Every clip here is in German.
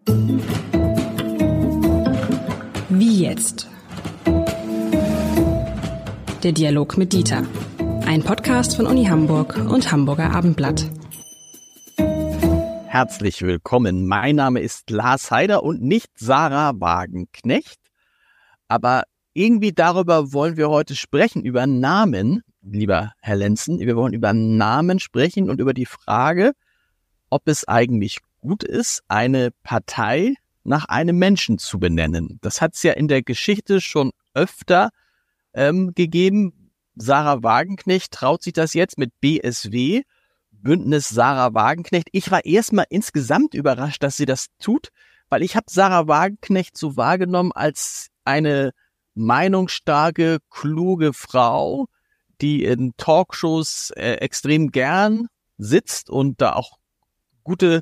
Wie jetzt? Der Dialog mit Dieter. Ein Podcast von Uni Hamburg und Hamburger Abendblatt. Herzlich willkommen. Mein Name ist Lars Heider und nicht Sarah Wagenknecht. Aber irgendwie darüber wollen wir heute sprechen, über Namen, lieber Herr Lenzen. Wir wollen über Namen sprechen und über die Frage, ob es eigentlich gut ist, eine Partei nach einem Menschen zu benennen. Das hat es ja in der Geschichte schon öfter gegeben. Sarah Wagenknecht traut sich das jetzt mit BSW, Bündnis Sarah Wagenknecht. Ich war erstmal insgesamt überrascht, dass sie das tut, weil ich habe Sarah Wagenknecht so wahrgenommen als eine meinungsstarke, kluge Frau, die in Talkshows extrem gern sitzt und da auch gute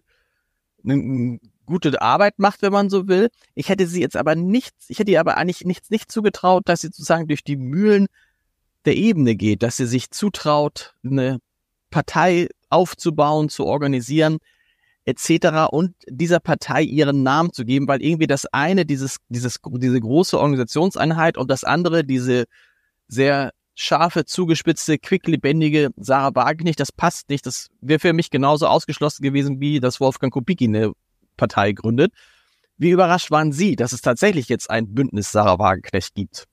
Arbeit macht, wenn man so will. Ich hätte ihr aber eigentlich nicht zugetraut, dass sie sozusagen durch die Mühlen der Ebene geht, dass sie sich zutraut, eine Partei aufzubauen, zu organisieren, etc. und dieser Partei ihren Namen zu geben, weil irgendwie das eine, diese große Organisationseinheit und das andere, diese sehr scharfe, zugespitzte, quicklebendige Sarah Wagenknecht, das passt nicht. Das wäre für mich genauso ausgeschlossen gewesen, wie dass Wolfgang Kubicki eine Partei gründet. Wie überrascht waren Sie, dass es tatsächlich jetzt ein Bündnis Sarah Wagenknecht gibt?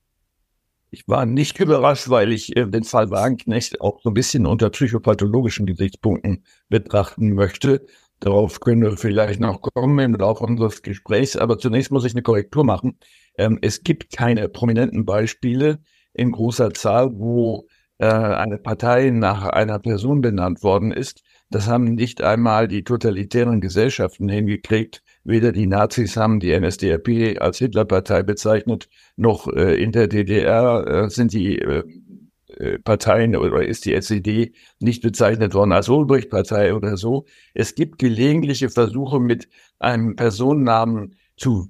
Ich war nicht überrascht, weil ich den Fall Wagenknecht auch so ein bisschen unter psychopathologischen Gesichtspunkten betrachten möchte. Darauf können wir vielleicht noch kommen im Laufe unseres Gesprächs. Aber zunächst muss ich eine Korrektur machen. Es gibt keine prominenten Beispiele in großer Zahl, wo eine Partei nach einer Person benannt worden ist. Das haben nicht einmal die totalitären Gesellschaften hingekriegt. Weder die Nazis haben die NSDAP als Hitlerpartei bezeichnet, noch in der DDR sind die Parteien oder ist die SED nicht bezeichnet worden als Ulbricht-Partei oder so. Es gibt gelegentliche Versuche, mit einem Personennamen zu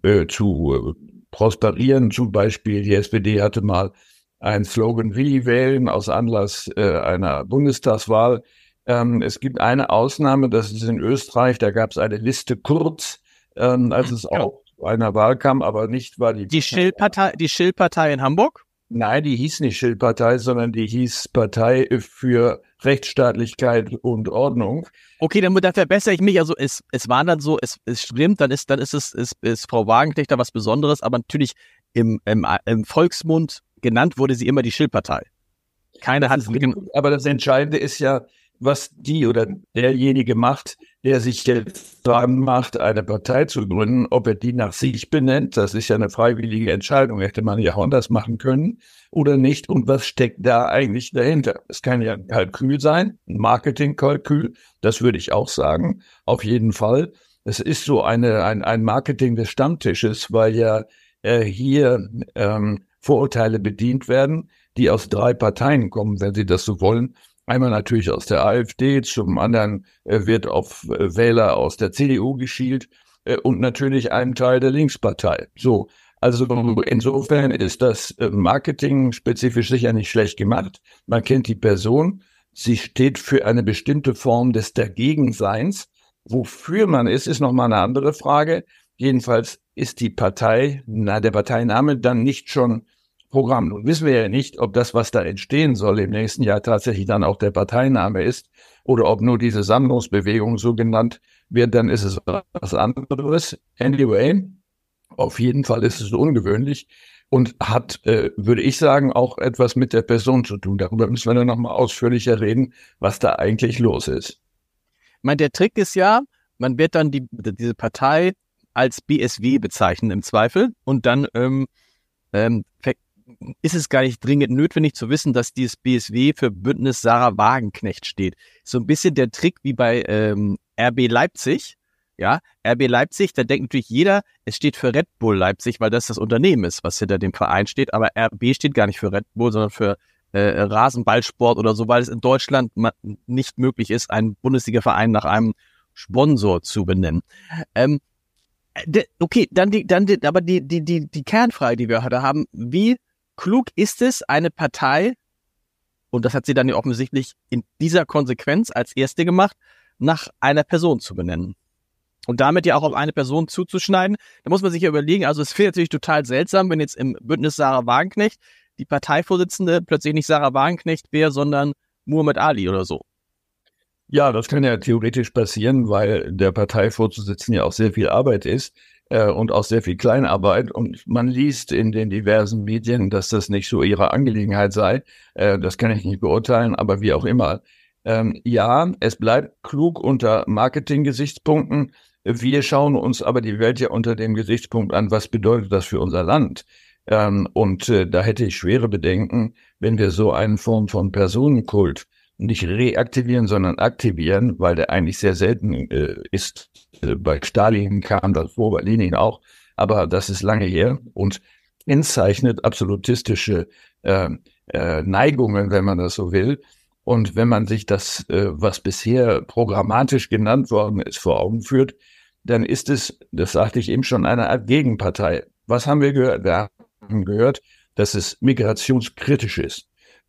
prosperieren. Zum Beispiel die SPD hatte mal ein Slogan wie wählen aus Anlass einer Bundestagswahl. Es gibt eine Ausnahme, das ist in Österreich, da gab es eine Liste Kurz, als es auch zu einer Wahl kam, aber nicht war die Schill-Partei in Hamburg? Nein, die hieß nicht Schill-Partei, sondern die hieß Partei für Rechtsstaatlichkeit und Ordnung. Okay, dann verbessere ich mich. Also es war dann so, es stimmt, dann ist Frau Wagenknecht da was Besonderes, aber natürlich im Volksmund genannt wurde sie immer die Schill-Partei. Keine hat. Aber das Entscheidende ist ja, was die oder derjenige macht, der sich jetzt dran macht, eine Partei zu gründen, ob er die nach sich benennt, das ist ja eine freiwillige Entscheidung, hätte man ja auch anders machen können oder nicht. Und was steckt da eigentlich dahinter? Es kann ja ein Kalkül sein, ein Marketingkalkül, das würde ich auch sagen, auf jeden Fall. Es ist so ein Marketing des Stammtisches, weil ja hier Vorurteile bedient werden, die aus 3 Parteien kommen, wenn Sie das so wollen. Einmal natürlich aus der AfD, zum anderen wird auf Wähler aus der CDU geschielt und natürlich einen Teil der Linkspartei. So, also insofern ist das Marketing spezifisch sicher nicht schlecht gemacht. Man kennt die Person, sie steht für eine bestimmte Form des Dagegenseins. Wofür man ist nochmal eine andere Frage. Jedenfalls ist die Partei, der Parteiname dann nicht schon Programm. Nun wissen wir ja nicht, ob das, was da entstehen soll im nächsten Jahr, tatsächlich dann auch der Parteiname ist oder ob nur diese Sammlungsbewegung so genannt wird, dann ist es was anderes. Anyway, auf jeden Fall ist es ungewöhnlich und hat, würde ich sagen, auch etwas mit der Person zu tun. Darüber müssen wir dann nochmal ausführlicher reden, was da eigentlich los ist. Ich meine, der Trick ist ja, man wird dann diese Partei als BSW bezeichnen im Zweifel und dann ist es gar nicht dringend notwendig zu wissen, dass dieses BSW für Bündnis Sarah Wagenknecht steht. So ein bisschen der Trick wie bei RB Leipzig. Ja, RB Leipzig, da denkt natürlich jeder, es steht für Red Bull Leipzig, weil das Unternehmen ist, was hinter dem Verein steht. Aber RB steht gar nicht für Red Bull, sondern für Rasenballsport oder so, weil es in Deutschland nicht möglich ist, einen Bundesliga-Verein nach einem Sponsor zu benennen. Okay, aber die Kernfrage, die wir heute haben, wie klug ist es, eine Partei, und das hat sie dann ja offensichtlich in dieser Konsequenz als erste gemacht, nach einer Person zu benennen? Und damit ja auch auf eine Person zuzuschneiden, da muss man sich ja überlegen, also es wäre natürlich total seltsam, wenn jetzt im Bündnis Sarah Wagenknecht die Parteivorsitzende plötzlich nicht Sarah Wagenknecht wäre, sondern Muhammad Ali oder so. Ja, das kann ja theoretisch passieren, weil der Parteivorsitzende ja auch sehr viel Arbeit ist und auch sehr viel Kleinarbeit. Und man liest in den diversen Medien, dass das nicht so ihre Angelegenheit sei. Das kann ich nicht beurteilen, aber wie auch immer. Ja, es bleibt klug unter Marketing-Gesichtspunkten. Wir schauen uns aber die Welt ja unter dem Gesichtspunkt an, was bedeutet das für unser Land? Da hätte ich schwere Bedenken, wenn wir so eine Form von Personenkult nicht reaktivieren, sondern aktivieren, weil der eigentlich sehr selten ist. Bei Stalin kam das vor, bei Lenin auch, aber das ist lange her und kennzeichnet absolutistische Neigungen, wenn man das so will. Und wenn man sich das, was bisher programmatisch genannt worden ist, vor Augen führt, dann ist es, das sagte ich eben schon, eine Art Gegenpartei. Was haben wir gehört? Wir haben gehört, dass es migrationskritisch ist.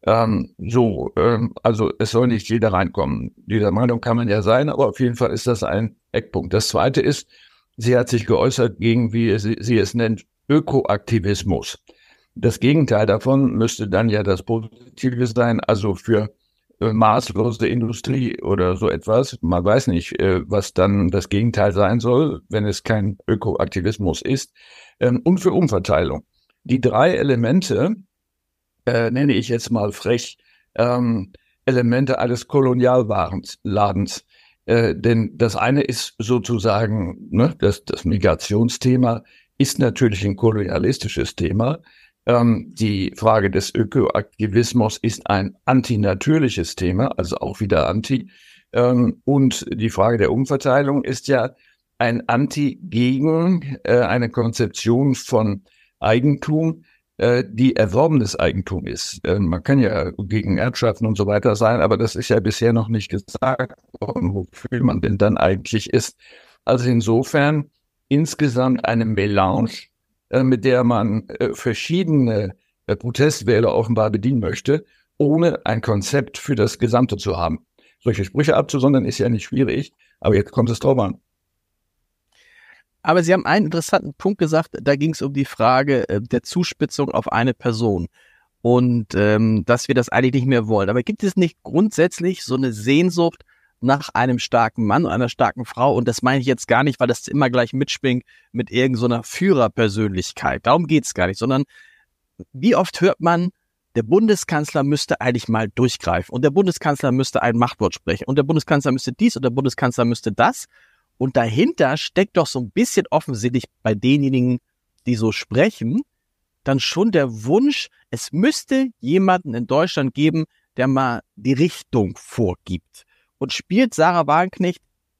Also es soll nicht jeder reinkommen. Dieser Meinung kann man ja sein, aber auf jeden Fall ist das ein Eckpunkt. Das Zweite ist, sie hat sich geäußert gegen, wie sie es nennt, Ökoaktivismus. Das Gegenteil davon müsste dann ja das Positive sein, also für maßlose Industrie oder so etwas. Man weiß nicht, was dann das Gegenteil sein soll, wenn es kein Ökoaktivismus ist. Und für Umverteilung. Die 3 Elemente, nenne ich jetzt mal frech, Elemente eines Kolonialladens. Denn das eine ist sozusagen, ne, das Migrationsthema ist natürlich ein kolonialistisches Thema. Die Frage des Ökoaktivismus ist ein antinatürliches Thema, also auch wieder anti. Und die Frage der Umverteilung ist ja ein Anti gegen eine Konzeption von Eigentum, die erworbenes Eigentum ist. Man kann ja gegen Erbschaften und so weiter sein, aber das ist ja bisher noch nicht gesagt worden, wofür man denn dann eigentlich ist. Also insofern insgesamt eine Melange, mit der man verschiedene Protestwähler offenbar bedienen möchte, ohne ein Konzept für das Gesamte zu haben. Solche Sprüche abzusondern ist ja nicht schwierig, aber jetzt kommt es drauf an. Aber Sie haben einen interessanten Punkt gesagt, da ging es um die Frage der Zuspitzung auf eine Person und dass wir das eigentlich nicht mehr wollen. Aber gibt es nicht grundsätzlich so eine Sehnsucht nach einem starken Mann und einer starken Frau? Und das meine ich jetzt gar nicht, weil das immer gleich mitschwingt mit irgendeiner Führerpersönlichkeit. Darum geht es gar nicht, sondern wie oft hört man, der Bundeskanzler müsste eigentlich mal durchgreifen und der Bundeskanzler müsste ein Machtwort sprechen und der Bundeskanzler müsste dies und der Bundeskanzler müsste das. Und dahinter steckt doch so ein bisschen offensichtlich bei denjenigen, die so sprechen, dann schon der Wunsch, es müsste jemanden in Deutschland geben, der mal die Richtung vorgibt. Und setzt Sarah Wagenknecht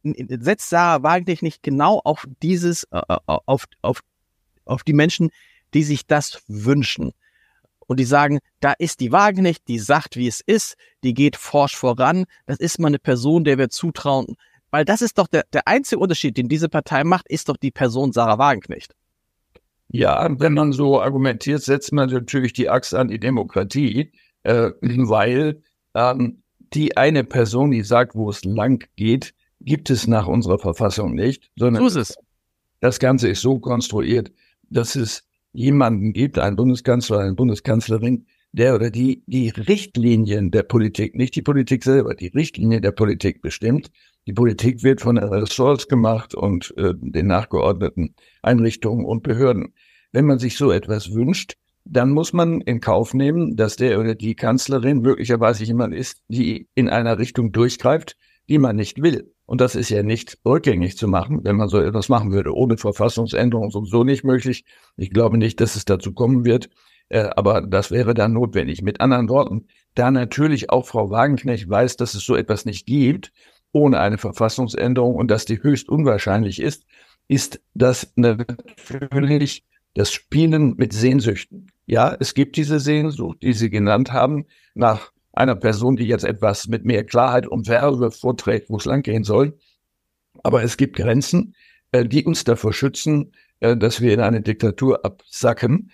nicht genau auf dieses, auf die Menschen, die sich das wünschen. Und die sagen, da ist die Wagenknecht, die sagt, wie es ist, die geht forsch voran, das ist mal eine Person, der wir zutrauen. Weil das ist doch der einzige Unterschied, den diese Partei macht, ist doch die Person Sarah Wagenknecht. Ja, wenn man so argumentiert, setzt man natürlich die Axt an die Demokratie, weil die eine Person, die sagt, wo es lang geht, gibt es nach unserer Verfassung nicht, sondern So ist es. Das Ganze ist so konstruiert, dass es jemanden gibt, einen Bundeskanzler, eine Bundeskanzlerin, der oder die Richtlinien der Politik, nicht die Politik selber, die Richtlinien der Politik bestimmt. Die Politik wird von den Ressorts gemacht und den nachgeordneten Einrichtungen und Behörden. Wenn man sich so etwas wünscht, dann muss man in Kauf nehmen, dass der oder die Kanzlerin möglicherweise jemand ist, die in einer Richtung durchgreift, die man nicht will. Und das ist ja nicht rückgängig zu machen, wenn man so etwas machen würde. Ohne Verfassungsänderung sowieso nicht möglich. Ich glaube nicht, dass es dazu kommen wird, aber das wäre dann notwendig. Mit anderen Worten, da natürlich auch Frau Wagenknecht weiß, dass es so etwas nicht gibt, ohne eine Verfassungsänderung und dass die höchst unwahrscheinlich ist das natürlich das Spielen mit Sehnsüchten. Ja, es gibt diese Sehnsucht, die Sie genannt haben, nach einer Person, die jetzt etwas mit mehr Klarheit und Werbe vorträgt, wo es langgehen soll. Aber es gibt Grenzen, die uns davor schützen, dass wir in eine Diktatur absacken.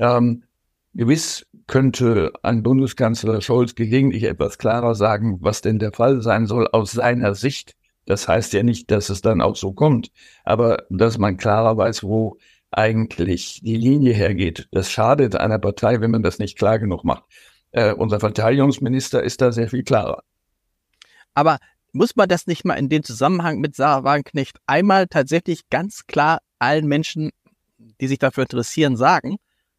Gewiss könnte ein Bundeskanzler Scholz gelegentlich etwas klarer sagen, was denn der Fall sein soll aus seiner Sicht Das heißt ja nicht, dass es dann auch so kommt, aber dass man klarer weiß, wo eigentlich die Linie hergeht. Das schadet einer Partei, wenn man das nicht klar genug macht. Unser Verteidigungsminister ist da sehr viel klarer. Aber muss man das nicht mal in dem Zusammenhang mit Sarah Wagenknecht einmal tatsächlich ganz klar allen Menschen, die sich dafür interessieren, sagen,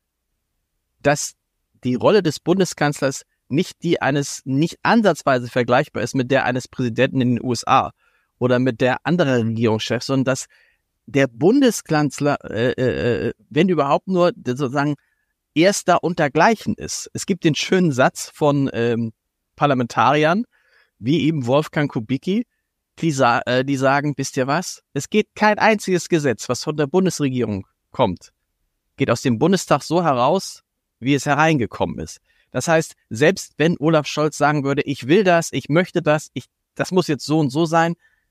dass die Rolle des Bundeskanzlers nicht ansatzweise vergleichbar ist mit der eines Präsidenten in den USA oder mit der anderer Regierungschefs, sondern dass der Bundeskanzler, wenn überhaupt nur sozusagen Erster untergleichen ist. Es gibt den schönen Satz von Parlamentariern, wie eben Wolfgang Kubicki, die sagen, wisst ihr was? Es geht kein einziges Gesetz, was von der Bundesregierung kommt, geht aus dem Bundestag so heraus, wie es hereingekommen ist. Das heißt, selbst wenn Olaf Scholz sagen würde, ich will das, ich möchte das, das muss jetzt so und so sein,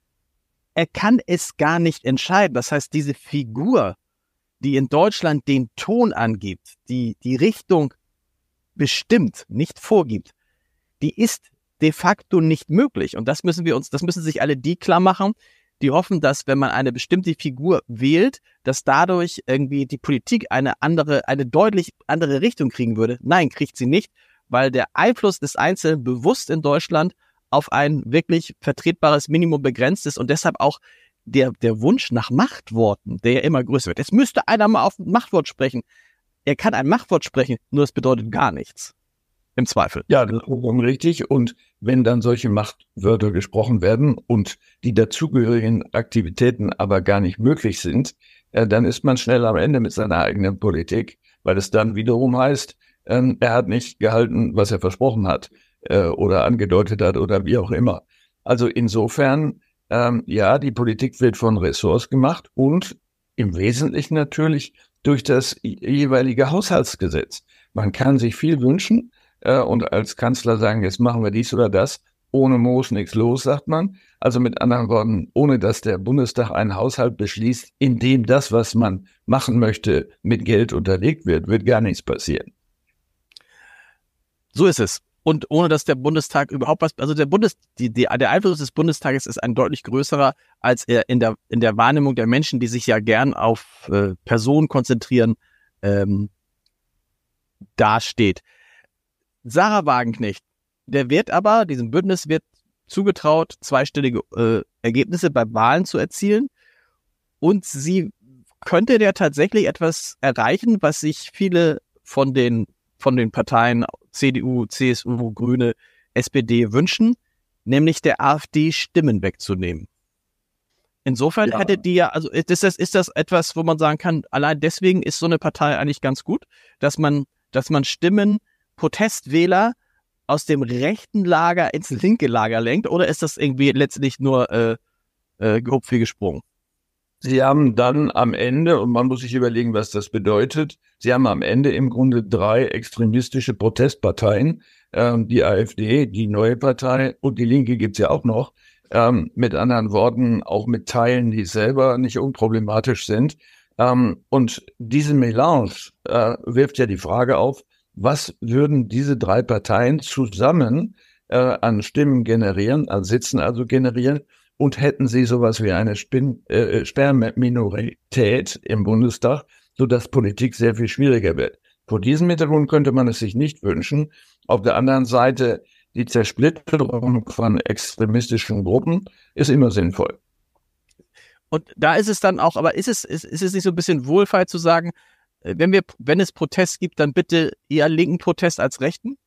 er kann es gar nicht entscheiden. Das heißt, diese Figur, die in Deutschland den Ton angibt, die Richtung bestimmt, nicht vorgibt, die ist de facto nicht möglich. Und das müssen sich alle die klar machen, die hoffen, dass wenn man eine bestimmte Figur wählt, dass dadurch irgendwie die Politik eine deutlich andere Richtung kriegen würde. Nein, kriegt sie nicht, weil der Einfluss des Einzelnen bewusst in Deutschland auf ein wirklich vertretbares Minimum begrenzt ist und deshalb auch der Wunsch nach Machtworten, der ja immer größer wird. Jetzt müsste einer mal auf ein Machtwort sprechen. Er kann ein Machtwort sprechen, nur es bedeutet gar nichts. Im Zweifel. Ja, das ist richtig. Und wenn dann solche Machtwörter gesprochen werden und die dazugehörigen Aktivitäten aber gar nicht möglich sind, dann ist man schnell am Ende mit seiner eigenen Politik, weil es dann wiederum heißt, er hat nicht gehalten, was er versprochen hat oder angedeutet hat oder wie auch immer. Also insofern, ja, die Politik wird von Ressorts gemacht und im Wesentlichen natürlich durch das jeweilige Haushaltsgesetz. Man kann sich viel wünschen, und als Kanzler sagen, jetzt machen wir dies oder das, ohne Moos nichts los, sagt man. Also mit anderen Worten, ohne dass der Bundestag einen Haushalt beschließt, in dem das, was man machen möchte, mit Geld unterlegt wird gar nichts passieren. So ist es. Und ohne dass der Bundestag überhaupt also der Einfluss des Bundestages ist ein deutlich größerer, als er in der Wahrnehmung der Menschen, die sich ja gern auf Personen konzentrieren, dasteht. Sarah Wagenknecht, diesem Bündnis wird zugetraut, zweistellige Ergebnisse bei Wahlen zu erzielen. Und sie könnte ja tatsächlich etwas erreichen, was sich viele von den Parteien CDU, CSU, Grüne, SPD wünschen, nämlich der AfD Stimmen wegzunehmen. Insofern hätte die ja, also ist das etwas, wo man sagen kann, allein deswegen ist so eine Partei eigentlich ganz gut, dass man Stimmen, Protestwähler aus dem rechten Lager ins linke Lager lenkt, oder ist das irgendwie letztlich nur gehupft wie gesprungen? Sie haben dann am Ende, und man muss sich überlegen, was das bedeutet, Sie haben am Ende im Grunde 3 extremistische Protestparteien, die AfD, die Neue Partei und die Linke gibt's ja auch noch, mit anderen Worten auch mit Teilen, die selber nicht unproblematisch sind. Und diese Melange wirft ja die Frage auf, was würden diese 3 Parteien zusammen an Stimmen generieren, an Sitzen also generieren, und hätten sie sowas wie eine Sperrminorität im Bundestag, sodass Politik sehr viel schwieriger wird. Vor diesem Hintergrund könnte man es sich nicht wünschen. Auf der anderen Seite, die Zersplitterung von extremistischen Gruppen ist immer sinnvoll. Und da ist es dann auch, aber ist es nicht so ein bisschen wohlfeil zu sagen, wenn es Protest gibt, dann bitte eher linken Protest als rechten?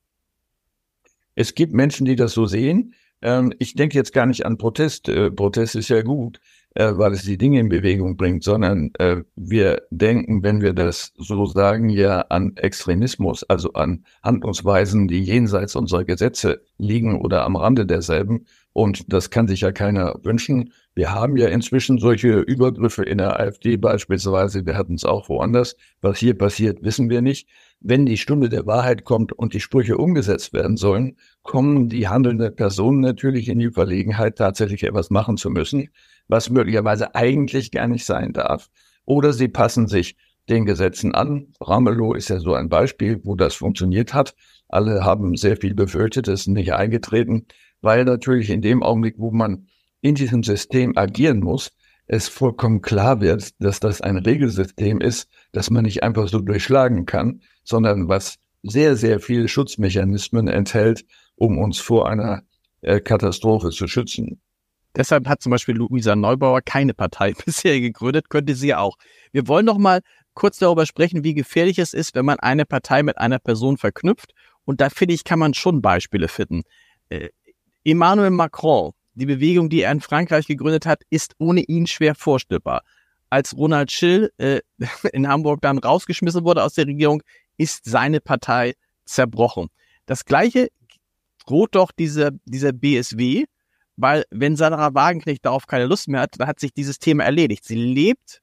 Es gibt Menschen, die das so sehen. Ich denke jetzt gar nicht an Protest. Protest ist ja gut, weil es die Dinge in Bewegung bringt, sondern wir denken, wenn wir das so sagen, ja an Extremismus, also an Handlungsweisen, die jenseits unserer Gesetze liegen oder am Rande derselben. Und das kann sich ja keiner wünschen. Wir haben ja inzwischen solche Übergriffe in der AfD beispielsweise. Wir hatten es auch woanders. Was hier passiert, wissen wir nicht. Wenn die Stunde der Wahrheit kommt und die Sprüche umgesetzt werden sollen, kommen die handelnden Personen natürlich in die Verlegenheit, tatsächlich etwas machen zu müssen, was möglicherweise eigentlich gar nicht sein darf. Oder sie passen sich den Gesetzen an. Ramelow ist ja so ein Beispiel, wo das funktioniert hat. Alle haben sehr viel befürchtet, es ist nicht eingetreten, weil natürlich in dem Augenblick, wo man in diesem System agieren muss, es vollkommen klar wird, dass das ein Regelsystem ist, das man nicht einfach so durchschlagen kann, sondern was sehr, sehr viele Schutzmechanismen enthält, um uns vor einer Katastrophe zu schützen. Deshalb hat zum Beispiel Luisa Neubauer keine Partei bisher gegründet, könnte sie ja auch. Wir wollen noch mal kurz darüber sprechen, wie gefährlich es ist, wenn man eine Partei mit einer Person verknüpft. Und da finde ich, kann man schon Beispiele finden. Emmanuel Macron, die Bewegung, die er in Frankreich gegründet hat, ist ohne ihn schwer vorstellbar. Als Ronald Schill in Hamburg dann rausgeschmissen wurde aus der Regierung, ist seine Partei zerbrochen. Das Gleiche droht doch dieser BSW, weil wenn Sarah Wagenknecht darauf keine Lust mehr hat, dann hat sich dieses Thema erledigt. Sie lebt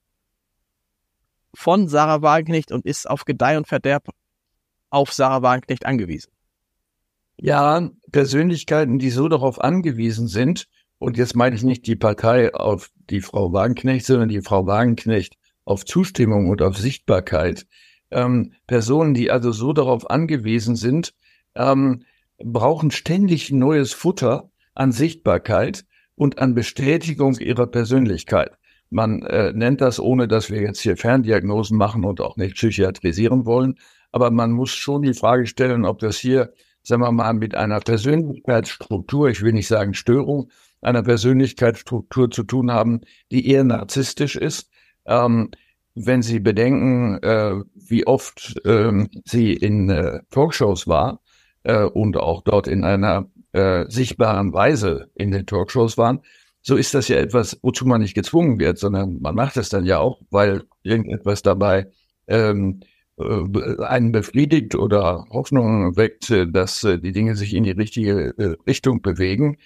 von Sarah Wagenknecht und ist auf Gedeih und Verderb auf Sarah Wagenknecht angewiesen. Ja, Persönlichkeiten, die so darauf angewiesen sind, und jetzt meine ich nicht die Partei auf die Frau Wagenknecht, sondern die Frau Wagenknecht auf Zustimmung und auf Sichtbarkeit. Personen, die also so darauf angewiesen sind, brauchen ständig neues Futter an Sichtbarkeit und an Bestätigung ihrer Persönlichkeit. Man nennt das, ohne dass wir jetzt hier Ferndiagnosen machen und auch nicht psychiatrisieren wollen, aber man muss schon die Frage stellen, ob das hier, sagen wir mal, mit einer Persönlichkeitsstruktur, ich will nicht sagen Störung, einer Persönlichkeitsstruktur zu tun haben, die eher narzisstisch ist. Wenn Sie bedenken, wie oft sie in Talkshows war und auch dort in einer sichtbaren Weise in den Talkshows waren, so ist das ja etwas, wozu man nicht gezwungen wird, sondern man macht es dann ja auch, weil irgendetwas dabei einen befriedigt oder Hoffnung weckt, dass die Dinge sich in die richtige Richtung bewegen.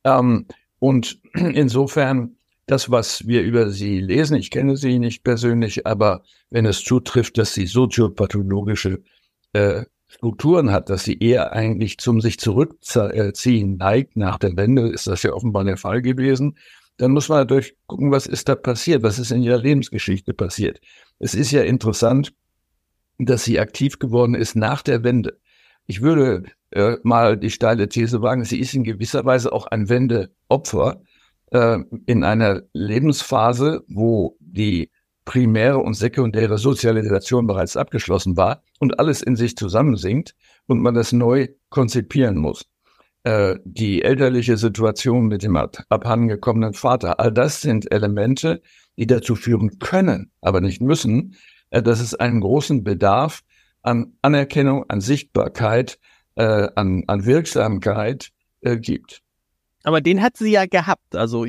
Und insofern, das, was wir über sie lesen, ich kenne sie nicht persönlich, aber wenn es zutrifft, dass sie soziopathologische Strukturen hat, dass sie eher eigentlich zum sich zurückziehen neigt nach der Wende, ist das ja offenbar der Fall gewesen, dann muss man natürlich gucken, was ist da passiert, was ist in ihrer Lebensgeschichte passiert. Es ist ja interessant, dass sie aktiv geworden ist nach der Wende. Ich würde mal die steile These wagen, sie ist in gewisser Weise auch ein Wendeopfer in einer Lebensphase, wo die primäre und sekundäre Sozialisation bereits abgeschlossen war und alles in sich zusammensinkt und man das neu konzipieren muss. Die elterliche Situation mit dem abhandengekommenen Vater, all das sind Elemente, die dazu führen können, aber nicht müssen, dass es einen großen Bedarf an Anerkennung, an Sichtbarkeit, an Wirksamkeit gibt. Aber den hat sie ja gehabt. Also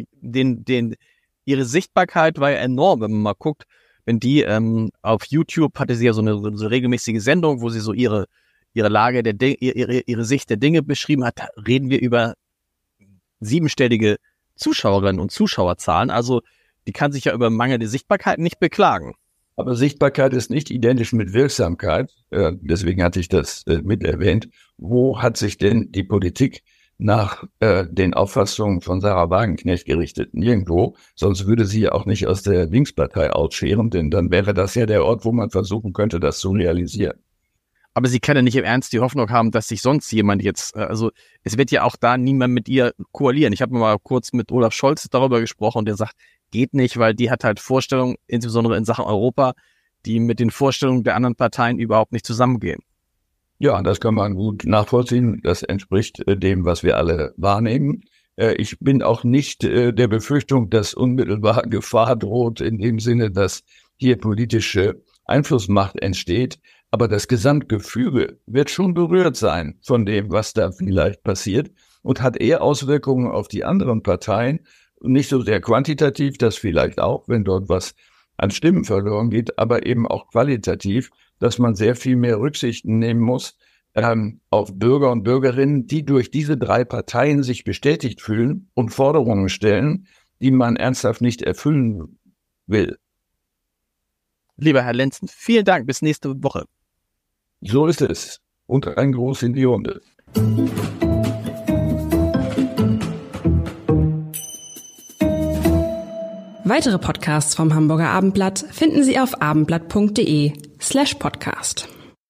ihre Sichtbarkeit war ja enorm, wenn man mal guckt. Wenn die auf YouTube hatte sie ja so eine regelmäßige Sendung, wo sie so ihre Lage ihre Sicht der Dinge beschrieben hat. Da reden wir über 7-stellige Zuschauerinnen und Zuschauerzahlen. Also die kann sich ja über mangelnde Sichtbarkeit nicht beklagen. Aber Sichtbarkeit ist nicht identisch mit Wirksamkeit. Deswegen hatte ich das mit erwähnt. Wo hat sich denn die Politik nach den Auffassungen von Sarah Wagenknecht gerichtet? Nirgendwo. Sonst würde sie ja auch nicht aus der Linkspartei ausscheren, denn dann wäre das ja der Ort, wo man versuchen könnte, das zu realisieren. Aber sie kann ja nicht im Ernst die Hoffnung haben, dass sich sonst jemand jetzt, also es wird ja auch da niemand mit ihr koalieren. Ich habe mal kurz mit Olaf Scholz darüber gesprochen und der sagt, geht nicht, weil die hat halt Vorstellungen, insbesondere in Sachen Europa, die mit den Vorstellungen der anderen Parteien überhaupt nicht zusammengehen. Ja, das kann man gut nachvollziehen. Das entspricht dem, was wir alle wahrnehmen. Ich bin auch nicht der Befürchtung, dass unmittelbar Gefahr droht, in dem Sinne, dass hier politische Einflussmacht entsteht. Aber das Gesamtgefüge wird schon berührt sein von dem, was da vielleicht passiert und hat eher Auswirkungen auf die anderen Parteien. Nicht so sehr quantitativ, das vielleicht auch, wenn dort was an Stimmen verloren geht, aber eben auch qualitativ, dass man sehr viel mehr Rücksichten nehmen muss auf Bürger und Bürgerinnen, die durch diese 3 Parteien sich bestätigt fühlen und Forderungen stellen, die man ernsthaft nicht erfüllen will. Lieber Herr Lenzen, vielen Dank. Bis nächste Woche. So ist es. Und ein Gruß in die Runde. Weitere Podcasts vom Hamburger Abendblatt finden Sie auf abendblatt.de/podcast.